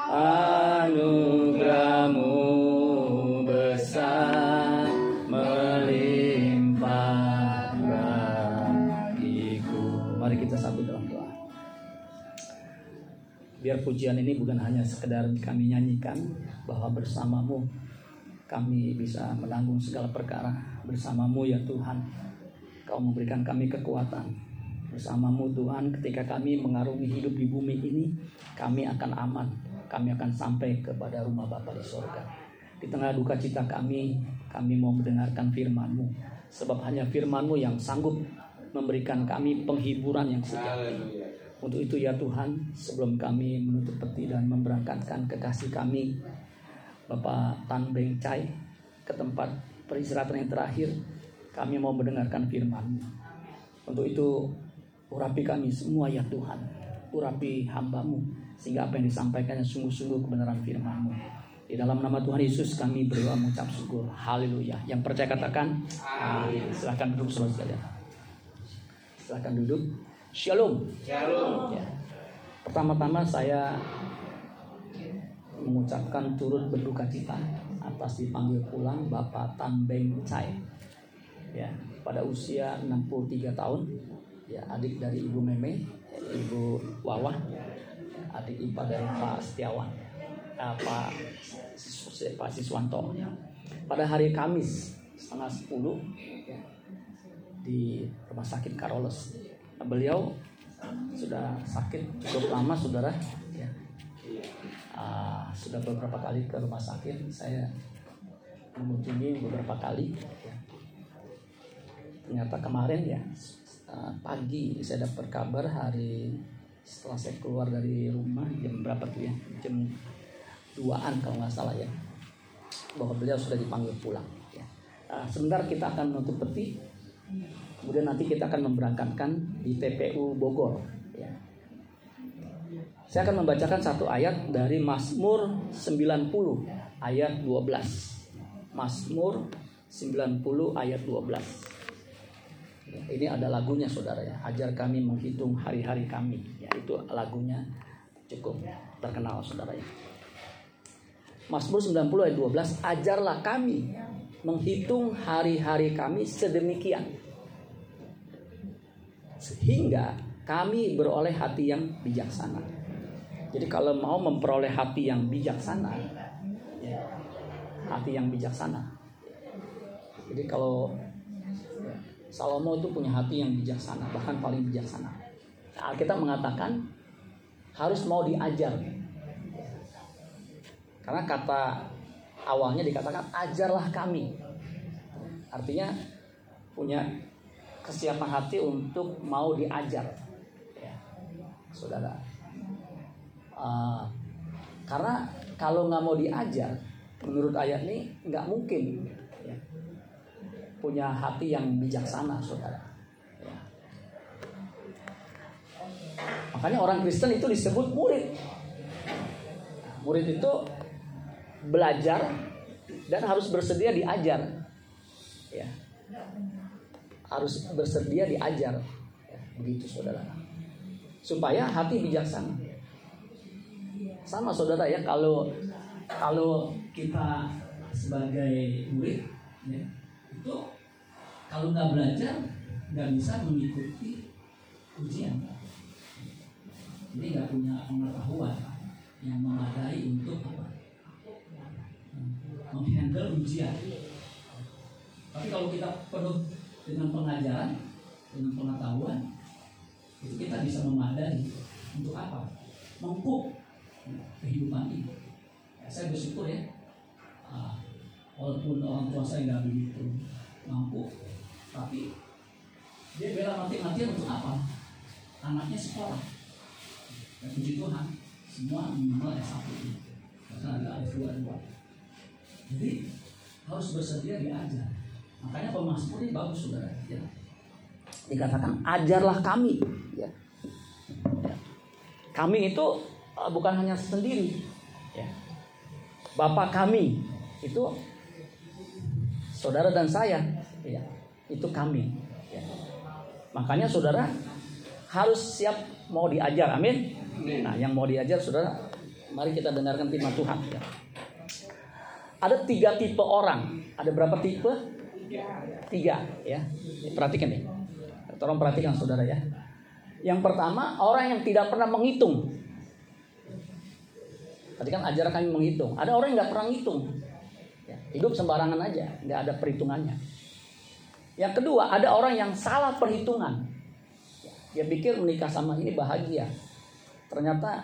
Anugerahmu besar melimpah bagiku. Mari kita satu dalam doa. Biar pujian ini bukan hanya sekedar kami nyanyikan, bahwa bersamamu kami bisa menanggung segala perkara. Bersamamu ya Tuhan, Kau memberikan kami kekuatan. Bersamamu Tuhan, ketika kami mengarungi hidup di bumi ini, kami akan aman. Kami akan sampai kepada rumah Bapa di sorga. Di tengah duka cita kami mau mendengarkan firman-Mu. Sebab hanya firman-Mu yang sanggup memberikan kami penghiburan yang sejati. Untuk itu ya Tuhan, sebelum kami menutup peti dan memberangkatkan kekasih kami Bapak Tan Beng Chai ke tempat peristirahatan yang terakhir, kami mau mendengarkan firman-Mu. Untuk itu urapi kami semua ya Tuhan, urapi hamba-Mu, sehingga apa yang disampaikannya sungguh-sungguh kebenaran firman-Mu. Di dalam nama Tuhan Yesus kami berdoa mengucap syukur. Haleluya. Yang percaya katakan amin. Silakan duduk saudara sekalian. Silakan duduk. Shalom. Shalom. Ya. Pertama-tama saya mengucapkan turut berduka cita atas dipanggil pulang Bapak Tan Beng Chai. Ya, pada usia 63 tahun. Ya, adik dari Ibu Meme, Ibu Wawah, adik ipar dari Pak Setiawan, Pak Siswanto. Pada hari Kamis setengah 10 ya, di Rumah Sakit Karolos. Beliau sudah sakit cukup lama, saudara. Ya. Sudah beberapa kali ke rumah sakit. Saya mengunjungi beberapa kali. Ya. Ternyata kemarin ya pagi saya dapat kabar hari setelah saya keluar dari rumah jam berapa tuh ya, jam 2-an kalau nggak salah ya, bahwa beliau sudah dipanggil pulang ya. Sebentar kita akan menutup peti, kemudian nanti kita akan memberangkatkan di TPU Bogor ya. Saya akan membacakan satu ayat dari Mazmur 90 ayat 12. Mazmur 90 ayat 12. Ini ada lagunya saudara ya. Ajar kami menghitung hari-hari kami ya, itu lagunya cukup terkenal saudara ya. Mazmur 90 ayat 12. Ajarlah kami menghitung hari-hari kami sedemikian, sehingga kami beroleh hati yang bijaksana. Jadi kalau mau memperoleh hati yang bijaksana ya, hati yang bijaksana. Jadi kalau Salomo itu punya hati yang bijaksana, bahkan paling bijaksana. Alkitab mengatakan harus mau diajar. Karena kata awalnya dikatakan ajarlah kami. Artinya punya kesiapan hati untuk mau diajar. Ya, saudara. Karena kalau nggak mau diajar, menurut ayat ini nggak mungkin ya, punya hati yang bijaksana, saudara. Ya. Makanya orang Kristen itu disebut murid. Murid itu belajar dan harus bersedia diajar. Ya. Harus bersedia diajar. Ya, begitu saudara. Supaya hati bijaksana. Sama saudara ya, kalau kita sebagai murid ya, itu kalau nggak belajar nggak bisa mengikuti ujian. Jadi nggak punya pengetahuan yang memadai untuk menghandle ujian. Tapi kalau kita penuh dengan pengajaran, dengan pengetahuan, itu kita bisa memadai untuk apa? Mempuk kehidupan ini. Ya, saya bersyukur ya, walaupun orang tua saya nggak begitu mampu, tapi dia bela mati-matian untuk apa? Anaknya sekolah. Ya, puji Tuhan, semua minimal S1 ini, bahkan ada S2 juga. Jadi harus bersedia diajar. Makanya pemazmur ini bagus saudara. Ya. Dikatakan ajarlah kami. Ya. Ya. Kami itu bukan hanya sendiri. Ya. Bapa kami itu saudara dan saya. Ya. Itu kami. Ya. Makanya saudara harus siap mau diajar. Amin. Nah, yang mau diajar saudara Mari kita dengarkan firman Tuhan. Ya. Ada 3 tipe orang. Ada berapa tipe? 3. Ya. Perhatikan nih. Tolong perhatikan saudara ya. Yang pertama, orang yang tidak pernah menghitung. Tadi kan ajaran kami menghitung. Ada orang yang nggak pernah ngitung. Ya, hidup sembarangan aja, nggak ada perhitungannya. Yang kedua, ada orang yang salah perhitungan. Dia pikir menikah sama ini bahagia. Ternyata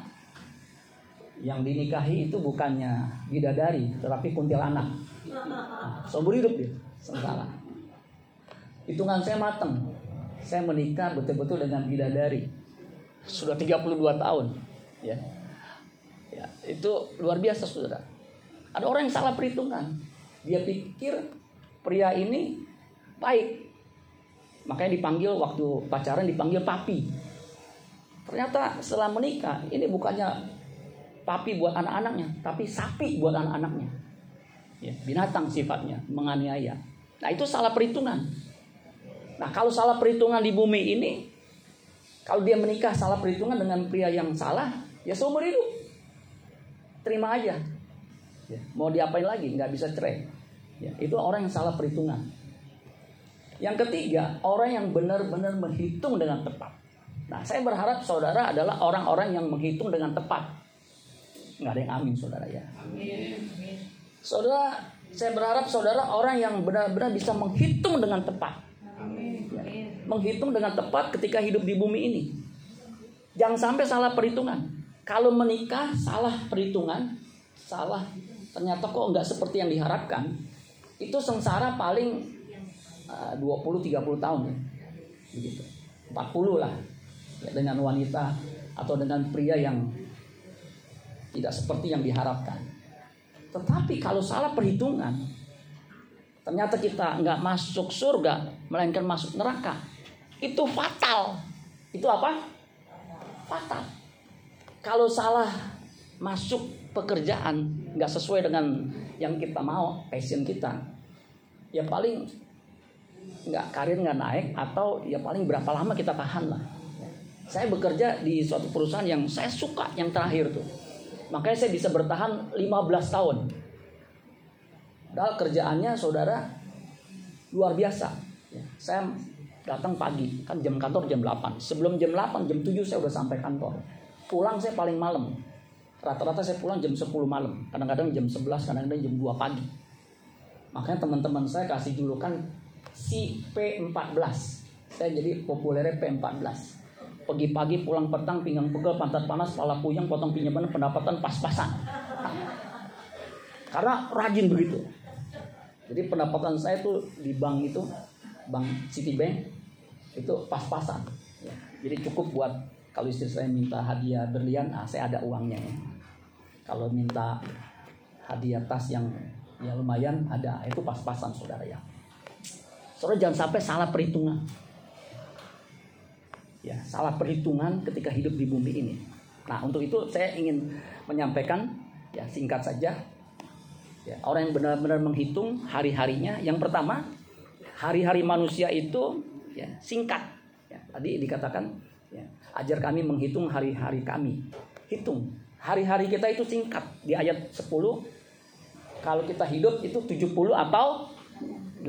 yang dinikahi itu bukannya bidadari, tetapi kuntilanak. Seumur hidup dia, sengsara. Hitungan saya matang. Saya menikah betul-betul dengan bidadari. Sudah 32 tahun. Ya. Ya, itu luar biasa saudara. Ada orang yang salah perhitungan. Dia pikir pria ini baik. Makanya dipanggil waktu pacaran dipanggil papi. Ternyata setelah menikah ini bukannya papi buat anak-anaknya, tapi sapi buat anak-anaknya. Ya, binatang sifatnya, menganiaya. Nah itu salah perhitungan. Nah kalau salah perhitungan di bumi ini, kalau dia menikah salah perhitungan dengan pria yang salah, ya seumur hidup. Terima aja. Ya, mau diapain lagi? Nggak bisa cerai. Ya, itu orang yang salah perhitungan. Yang ketiga, orang yang benar-benar menghitung dengan tepat. Nah, saya berharap saudara adalah orang-orang yang menghitung dengan tepat. Nggak ada yang amin, saudara ya. Amin. Saudara, saya berharap saudara orang yang benar-benar bisa menghitung dengan tepat. Amin. Ya, menghitung dengan tepat ketika hidup di bumi ini. Jangan sampai salah perhitungan. Kalau menikah salah perhitungan, salah ternyata kok nggak seperti yang diharapkan, itu sengsara paling 20-30 tahun ya. Begitu. 40 lah ya, dengan wanita atau dengan pria yang tidak seperti yang diharapkan. Tetapi kalau salah perhitungan, ternyata kita nggak masuk surga, melainkan masuk neraka. Itu fatal. Itu apa? Fatal. Kalau salah masuk pekerjaan nggak sesuai dengan yang kita mau, passion kita, ya paling nggak karir nggak naik, atau ya paling berapa lama kita tahan lah. Saya bekerja di suatu perusahaan yang saya suka yang terakhir tuh, makanya saya bisa bertahan 15 tahun. Padahal kerjaannya saudara luar biasa. Saya datang pagi, kan jam kantor jam 8. Sebelum jam 8, jam 7 saya udah sampai kantor. Pulang saya paling malam. Rata-rata saya pulang jam 10 malam. Kadang-kadang jam 11, kadang-kadang jam 2 pagi. Makanya teman-teman saya kasih julukan si P14. Saya jadi populernya P14. Pagi-pagi pulang petang, pinggang pegel, pantat panas, kepala puyeng, potong pinjaman, pendapatan pas-pasan. Karena rajin begitu. Jadi pendapatan saya tuh di bank itu, Bank Citibank, itu pas-pasan. Ya, jadi cukup buat kalau istri saya minta hadiah berlian, saya ada uangnya ya. Kalau minta hadiah tas yang ya lumayan, ada, itu pas-pasan saudara ya. Saudara jangan sampai salah perhitungan. Ya, salah perhitungan ketika hidup di bumi ini. Nah, untuk itu saya ingin menyampaikan ya singkat saja. Ya, orang yang benar-benar menghitung hari-harinya. Yang pertama, hari-hari manusia itu ya singkat. Ya, tadi dikatakan ya, ajar kami menghitung hari-hari kami. Hitung. Hari-hari kita itu singkat. Di ayat 10, kalau kita hidup itu 70 atau 80.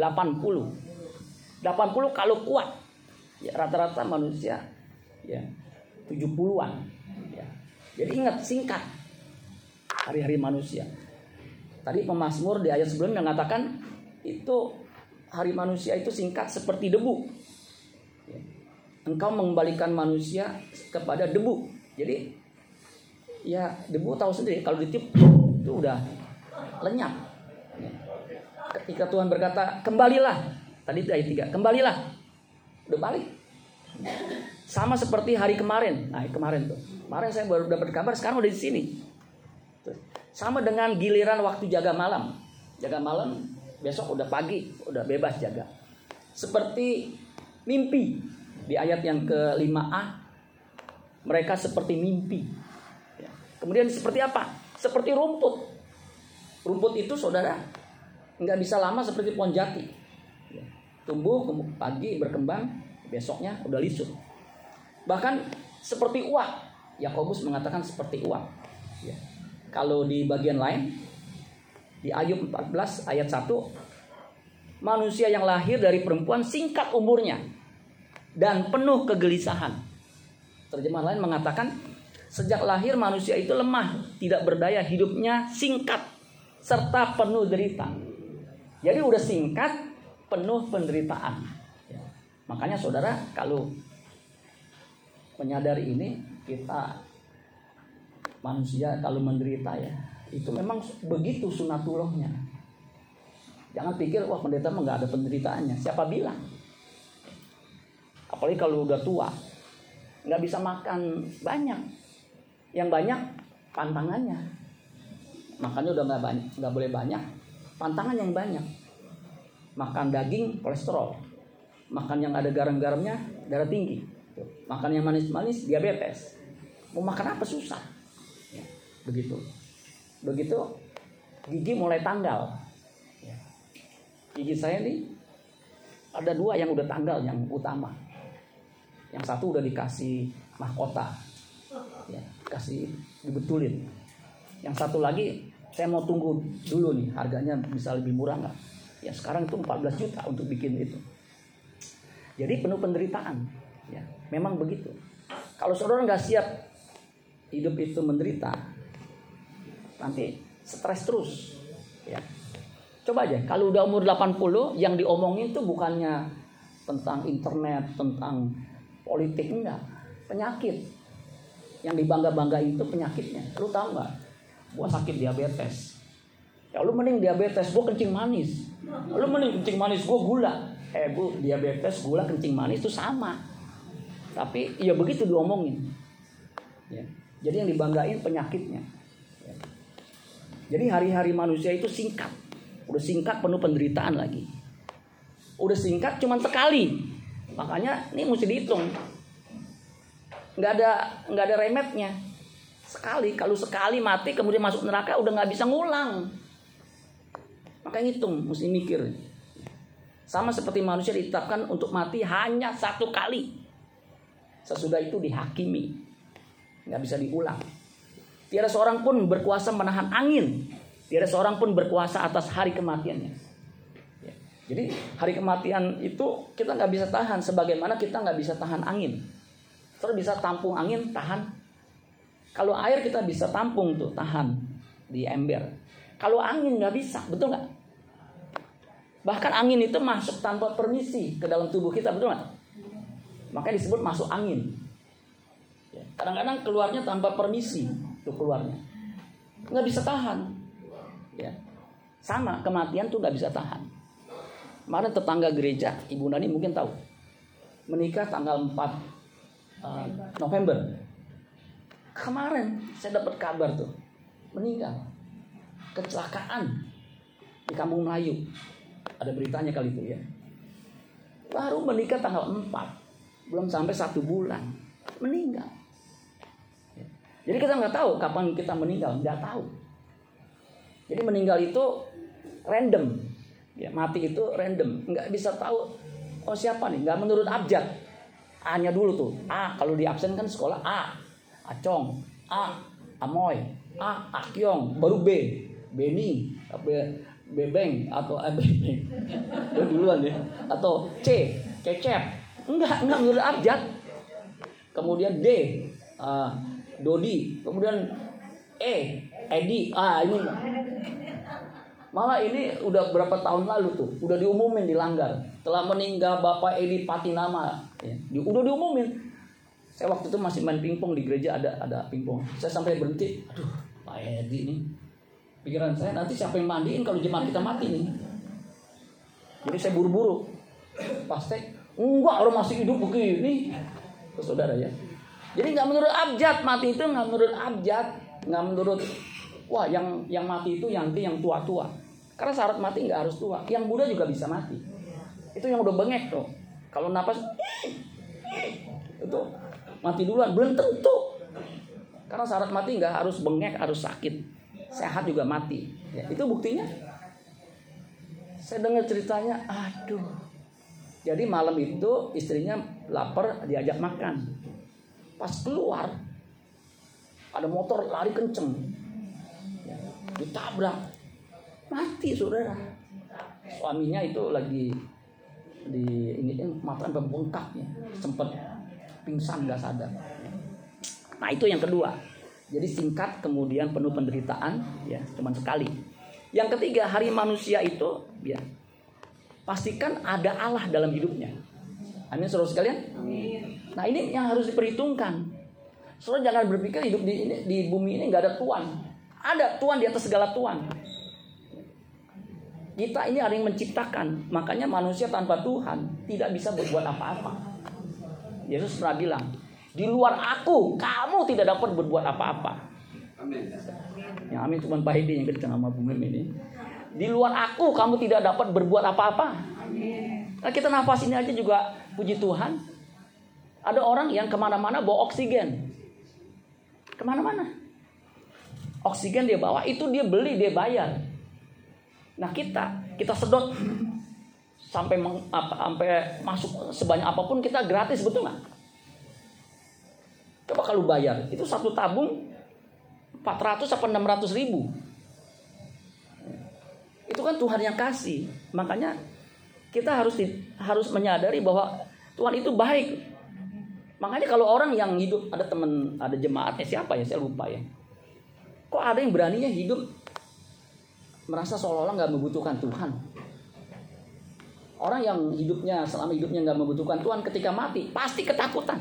80 kalau kuat. Ya, rata-rata manusia ya 70-an. Ya. Jadi ingat, singkat hari-hari manusia. Tadi pemazmur di ayat sebelumnya mengatakan itu hari manusia itu singkat seperti debu. Ya. Engkau mengembalikan manusia kepada debu. Jadi ya debu tahu sendiri kalau ditiup itu udah lenyap. Ya. Ketika Tuhan berkata kembalilah, tadi ayat 3, kembalilah, udah balik. Sama seperti hari kemarin. Nah kemarin tuh, kemarin saya baru dapat kabar, sekarang udah di sini. Sama dengan giliran waktu jaga malam. Jaga malam, besok udah pagi, udah bebas jaga. Seperti mimpi. Di ayat yang ke-5a, mereka seperti mimpi. Ya. Kemudian seperti apa? Seperti rumput. Rumput itu saudara nggak bisa lama seperti pohon jati. Ya. Tumbuh pagi berkembang, besoknya udah lisut. Bahkan seperti uap. Yakobus mengatakan seperti uap. Ya. Kalau di bagian lain, di Ayub 14 ayat 1, manusia yang lahir dari perempuan singkat umurnya dan penuh kegelisahan. Terjemahan lain mengatakan, sejak lahir manusia itu lemah, tidak berdaya, hidupnya singkat, serta penuh derita. Jadi udah singkat, penuh penderitaan. Makanya saudara, kalau menyadari ini, kita manusia kalau menderita ya, itu memang begitu sunatullahnya. Jangan pikir wah pendeta mah nggak ada penderitaannya. Siapa bilang? Apalagi kalau udah tua, nggak bisa makan banyak. Yang banyak pantangannya. Makannya udah nggak boleh banyak. Pantangan yang banyak. Makan daging kolesterol. Makan yang ada garam-garamnya darah tinggi. Makan yang manis-manis diabetes. Mau makan apa susah. Begitu gigi mulai tanggal. Gigi saya nih ada 2 yang udah tanggal yang utama. Yang satu udah dikasih mahkota, kasih dibetulin. Yang satu lagi saya mau tunggu dulu nih, harganya bisa lebih murah nggak? Ya sekarang itu 14 juta untuk bikin itu. Jadi penuh penderitaan. Ya, memang begitu. Kalau saudara nggak siap hidup itu menderita, nanti stres terus. Ya. Coba aja, kalau udah umur 80, yang diomongin tuh bukannya tentang internet, tentang politik, enggak. Penyakit. Yang dibangga-banggain itu penyakitnya. Lu tahu nggak? Gua sakit diabetes. Ya lu mending diabetes, gua kencing manis. Lu mending kencing manis, gua gula. Bu, diabetes, gula, kencing manis itu sama. Tapi ya begitu diomongin. Ya. Jadi yang dibanggain penyakitnya. Ya. Jadi hari-hari manusia itu singkat. Udah singkat penuh penderitaan lagi. Udah singkat cuman sekali. Makanya ini mesti dihitung. Nggak ada remetnya. Sekali, kalau sekali mati kemudian masuk neraka udah nggak bisa ngulang. Makanya hitung, mesti mikir. Sama seperti manusia ditetapkan untuk mati hanya 1 kali. Sesudah itu dihakimi. Nggak bisa diulang. Tiada seorang pun berkuasa menahan angin. Tiada seorang pun berkuasa atas hari kematiannya. Ya. Jadi hari kematian itu kita nggak bisa tahan. Sebagaimana kita nggak bisa tahan angin. Terus bisa tampung angin, tahan. Kalau air kita bisa tampung tuh, tahan di ember. Kalau angin nggak bisa, betul nggak? Bahkan angin itu masuk tanpa permisi ke dalam tubuh kita, betul nggak? Makanya disebut masuk angin. Ya. Kadang-kadang keluarnya tanpa permisi, tuh keluarnya. Nggak bisa tahan. Ya. Sama, kematian tuh nggak bisa tahan. Kemarin tetangga gereja, Ibu Nani mungkin tahu, menikah tanggal 4 November. Kemarin saya dapat kabar tuh, meninggal. Kecelakaan di Kampung Melayu. Ada beritanya kali itu ya. Baru menikah tanggal 4, belum sampai 1 bulan, meninggal. Ya. Jadi kita nggak tahu kapan kita meninggal, nggak tahu. Jadi meninggal itu random, ya, mati itu random, nggak bisa tahu oh siapa nih, nggak menurut abjad. A-nya dulu tuh, A kalau di absen kan sekolah A, Acong, A, Amoy, A, Akyong, baru B, Beni, Bebeng atau Bebeng, duluan ya, atau C, Cecep, enggak menurut abjad. Kemudian D, Dodi, kemudian E, Edi, ini malah ini udah berapa tahun lalu tuh, udah diumumin di Langgar, telah meninggal Bapak Edi Patinama, ya, udah diumumin. Saya waktu itu masih main pingpong di gereja, ada pingpong. Saya sampai berhenti, aduh Pak Edi nih, pikiran saya nanti siapa yang mandiin kalau jemaat kita mati nih. Jadi saya buru-buru, pasti enggak orang masih hidup begini, saudara ya. Jadi nggak menurut abjad, mati itu nggak menurut abjad, nggak menurut wah yang mati itu yang tua-tua. Karena syarat mati nggak harus tua. Yang muda juga bisa mati. Itu yang udah bengek tuh. Kalau napas itu mati duluan, belum tentu. Karena syarat mati nggak harus bengek, harus sakit. Sehat juga mati. Ya, itu buktinya. Saya dengar ceritanya, aduh. Jadi malam itu istrinya lapar, diajak makan. Pas keluar ada motor lari kenceng. ditabrak, mati saudara. Suaminya itu lagi matanya membengkak ya, sempat pingsan nggak sadar. Nah itu yang kedua. Jadi singkat kemudian penuh penderitaan ya, cuman sekali. Yang ketiga, hari manusia itu ya pastikan ada Allah dalam hidupnya. Amin saudara sekalian. Nah ini yang harus diperhitungkan. Saudara jangan berpikir hidup di bumi ini nggak ada Tuhan. Ada Tuhan di atas segala Tuhan. Kita ini ada yang menciptakan. Makanya manusia tanpa Tuhan tidak bisa berbuat apa-apa. Yesus pernah bilang, di luar aku kamu tidak dapat berbuat apa-apa. Amin. Yang amin cuma Pak Hedi yang kencang sama bumi ini. Di luar aku kamu tidak dapat berbuat apa-apa. Nah, kita nafas ini aja juga puji Tuhan. Ada orang yang kemana-mana bawa oksigen. Kemana-mana. Oksigen dia bawa, itu dia beli, dia bayar. Nah kita sedot sampai masuk sebanyak apapun kita gratis, betul nggak? Coba kalau bayar, itu satu tabung 400 atau 600 ribu. Itu kan Tuhan yang kasih. Makanya kita harus menyadari bahwa Tuhan itu baik. Makanya kalau orang yang hidup, ada jemaatnya siapa ya, saya lupa ya. Kok ada yang beraninya hidup merasa seolah-olah nggak membutuhkan Tuhan. Orang yang selama hidupnya nggak membutuhkan Tuhan, ketika mati pasti ketakutan.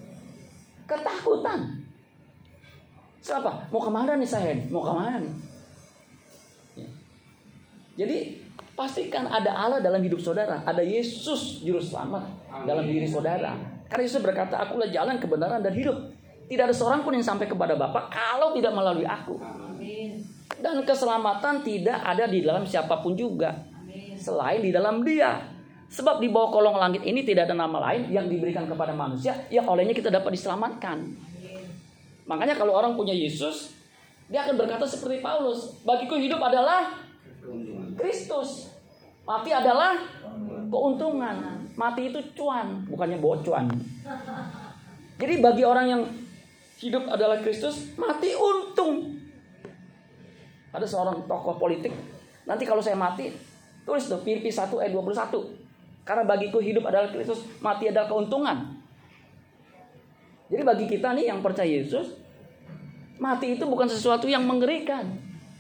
Siapa? Mau kemana nih saya? Mau kemana nih? Ya. Jadi pastikan ada Allah dalam hidup saudara, ada Yesus juru selamat dalam diri saudara. Karena Yesus berkata, akulah jalan, kebenaran dan hidup. Tidak ada seorang pun yang sampai kepada Bapa kalau tidak melalui aku. Dan keselamatan tidak ada di dalam siapapun juga selain di dalam Dia. Sebab di bawah kolong langit ini tidak ada nama lain yang diberikan kepada manusia yang olehnya kita dapat diselamatkan. Makanya kalau orang punya Yesus, dia akan berkata seperti Paulus, bagiku hidup adalah Kristus, mati adalah keuntungan. Mati itu cuan, bukannya bocuan. Jadi bagi orang yang hidup adalah Kristus, mati untung. Ada seorang tokoh politik, nanti kalau saya mati, tulis tuh Filipi 1 ayat 21. Karena bagiku hidup adalah Kristus, mati adalah keuntungan. Jadi bagi kita nih yang percaya Yesus, mati itu bukan sesuatu yang mengerikan.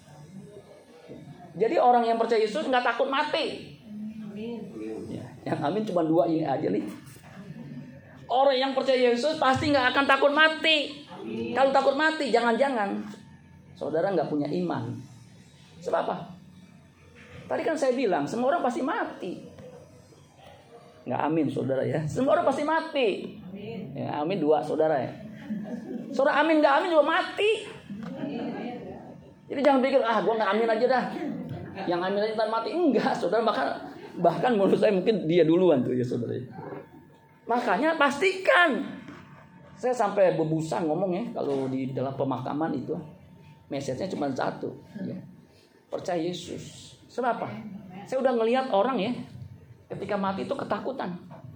Jadi orang yang percaya Yesus nggak takut mati. Ya, yang amin cuma 2 ini aja nih. Orang yang percaya Yesus pasti nggak akan takut mati. Kalau takut mati, jangan-jangan saudara nggak punya iman. Sebab apa? Tadi kan saya bilang semua orang pasti mati. Nggak amin saudara ya. Semua orang pasti mati. Ya, amin 2 saudara ya. Saudara amin nggak amin juga mati. Jadi jangan pikir gue nggak amin aja dah. Yang amin aja ntar mati. Enggak saudara, bahkan menurut saya mungkin dia duluan tuh ya saudara. Makanya pastikan. Saya sampai bebusan ngomong ya kalau di dalam pemakaman itu. Message-nya cuma satu ya. Percaya Yesus. Sebab apa? Saya udah ngelihat orang ya, ketika mati itu ketakutan.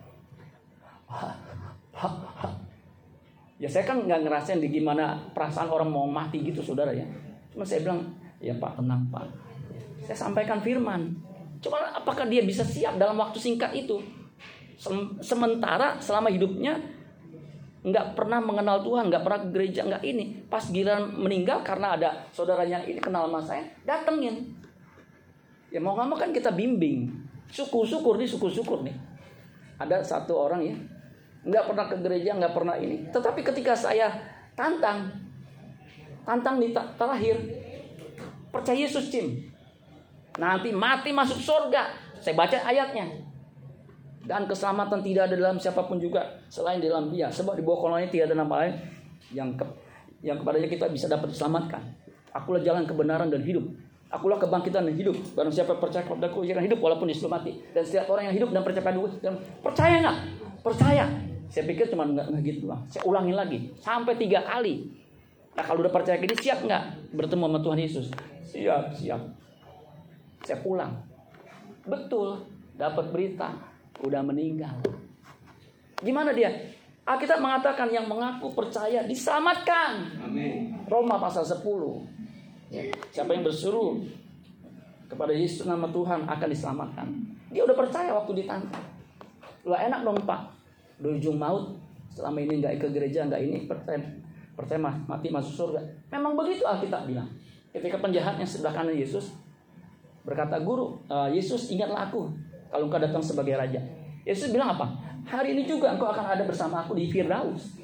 Ya saya kan nggak ngerasain di gimana perasaan orang mau mati gitu saudara ya. Cuma saya bilang, ya Pak tenang Pak. Saya sampaikan firman. Cuma apakah dia bisa siap dalam waktu singkat itu? Sementara selama hidupnya nggak pernah mengenal Tuhan, nggak pernah ke gereja, nggak ini. Pas giliran meninggal karena ada saudaranya ini kenal sama saya, datengin. Ya mau nggak mau kan kita bimbing. Syukur-syukur nih. Ada satu orang ya, nggak pernah ke gereja, nggak pernah ini. Tetapi ketika saya tantang di terakhir, percaya Yesus Cim. Nanti mati masuk surga. Saya baca ayatnya. Dan keselamatan tidak ada dalam siapapun juga selain di dalam Dia. Sebab di bawah kolong ini tidak ada nama lain yang kepadanya kita bisa dapat diselamatkan. Akulah jalan kebenaran dan hidup. Akulah kebangkitan dan hidup. Barang siapa percaya kepadaku ia akan hidup walaupun dia sudah mati. Dan setiap orang yang hidup dan percaya padaku, percaya nggak? Percaya. Saya pikir cuma nggak gitu bang. Saya ulangin lagi sampai 3 kali. Nah kalau udah percaya gini, siap nggak bertemu sama Tuhan Yesus? Siap. Saya pulang. Betul, dapat berita. Udah meninggal. Gimana dia? Alkitab mengatakan yang mengaku percaya diselamatkan. Amin. Roma pasal 10. Siapa yang berseru kepada Yesus nama Tuhan akan diselamatkan. Dia udah percaya waktu ditantang. Lu enak dong Pak, di ujung maut selama ini nggak ke gereja, nggak ini, percaya mati masuk surga. Memang begitu Alkitab bilang. Ketika penjahat yang sebelah kanan Yesus berkata, Guru, Yesus ingatlah aku kalau engkau datang sebagai raja. Yesus bilang apa? Hari ini juga engkau akan ada bersama aku di Firdaus.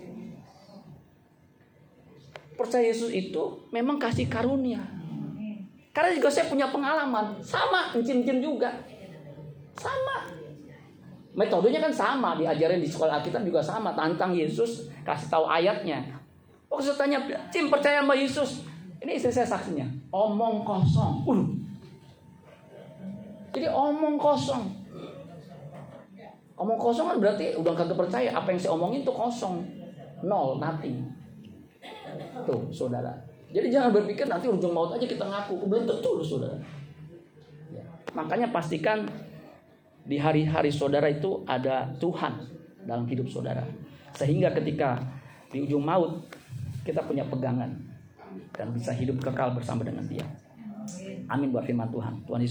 Percaya Yesus itu memang kasih karunia. Karena juga saya punya pengalaman, sama, encim-encim juga. Sama. Metodenya kan sama, diajarin di sekolah Alkitab juga sama, tantang Yesus, kasih tahu ayatnya. Waktu saya tanya, Cim percaya sama Yesus? Ini istri saya saksinya, omong kosong. Jadi omong kosong. Omong kosong kan berarti udah kagak percaya, apa yang saya omongin tuh kosong. Nol, nothing. Tuh saudara. Jadi jangan berpikir nanti ujung maut aja kita ngaku. Belum tentu loh saudara. Ya. Makanya pastikan di hari-hari saudara itu ada Tuhan dalam hidup saudara. Sehingga ketika di ujung maut kita punya pegangan dan bisa hidup kekal bersama dengan Dia. Amin buat firman Tuhan. Tuhan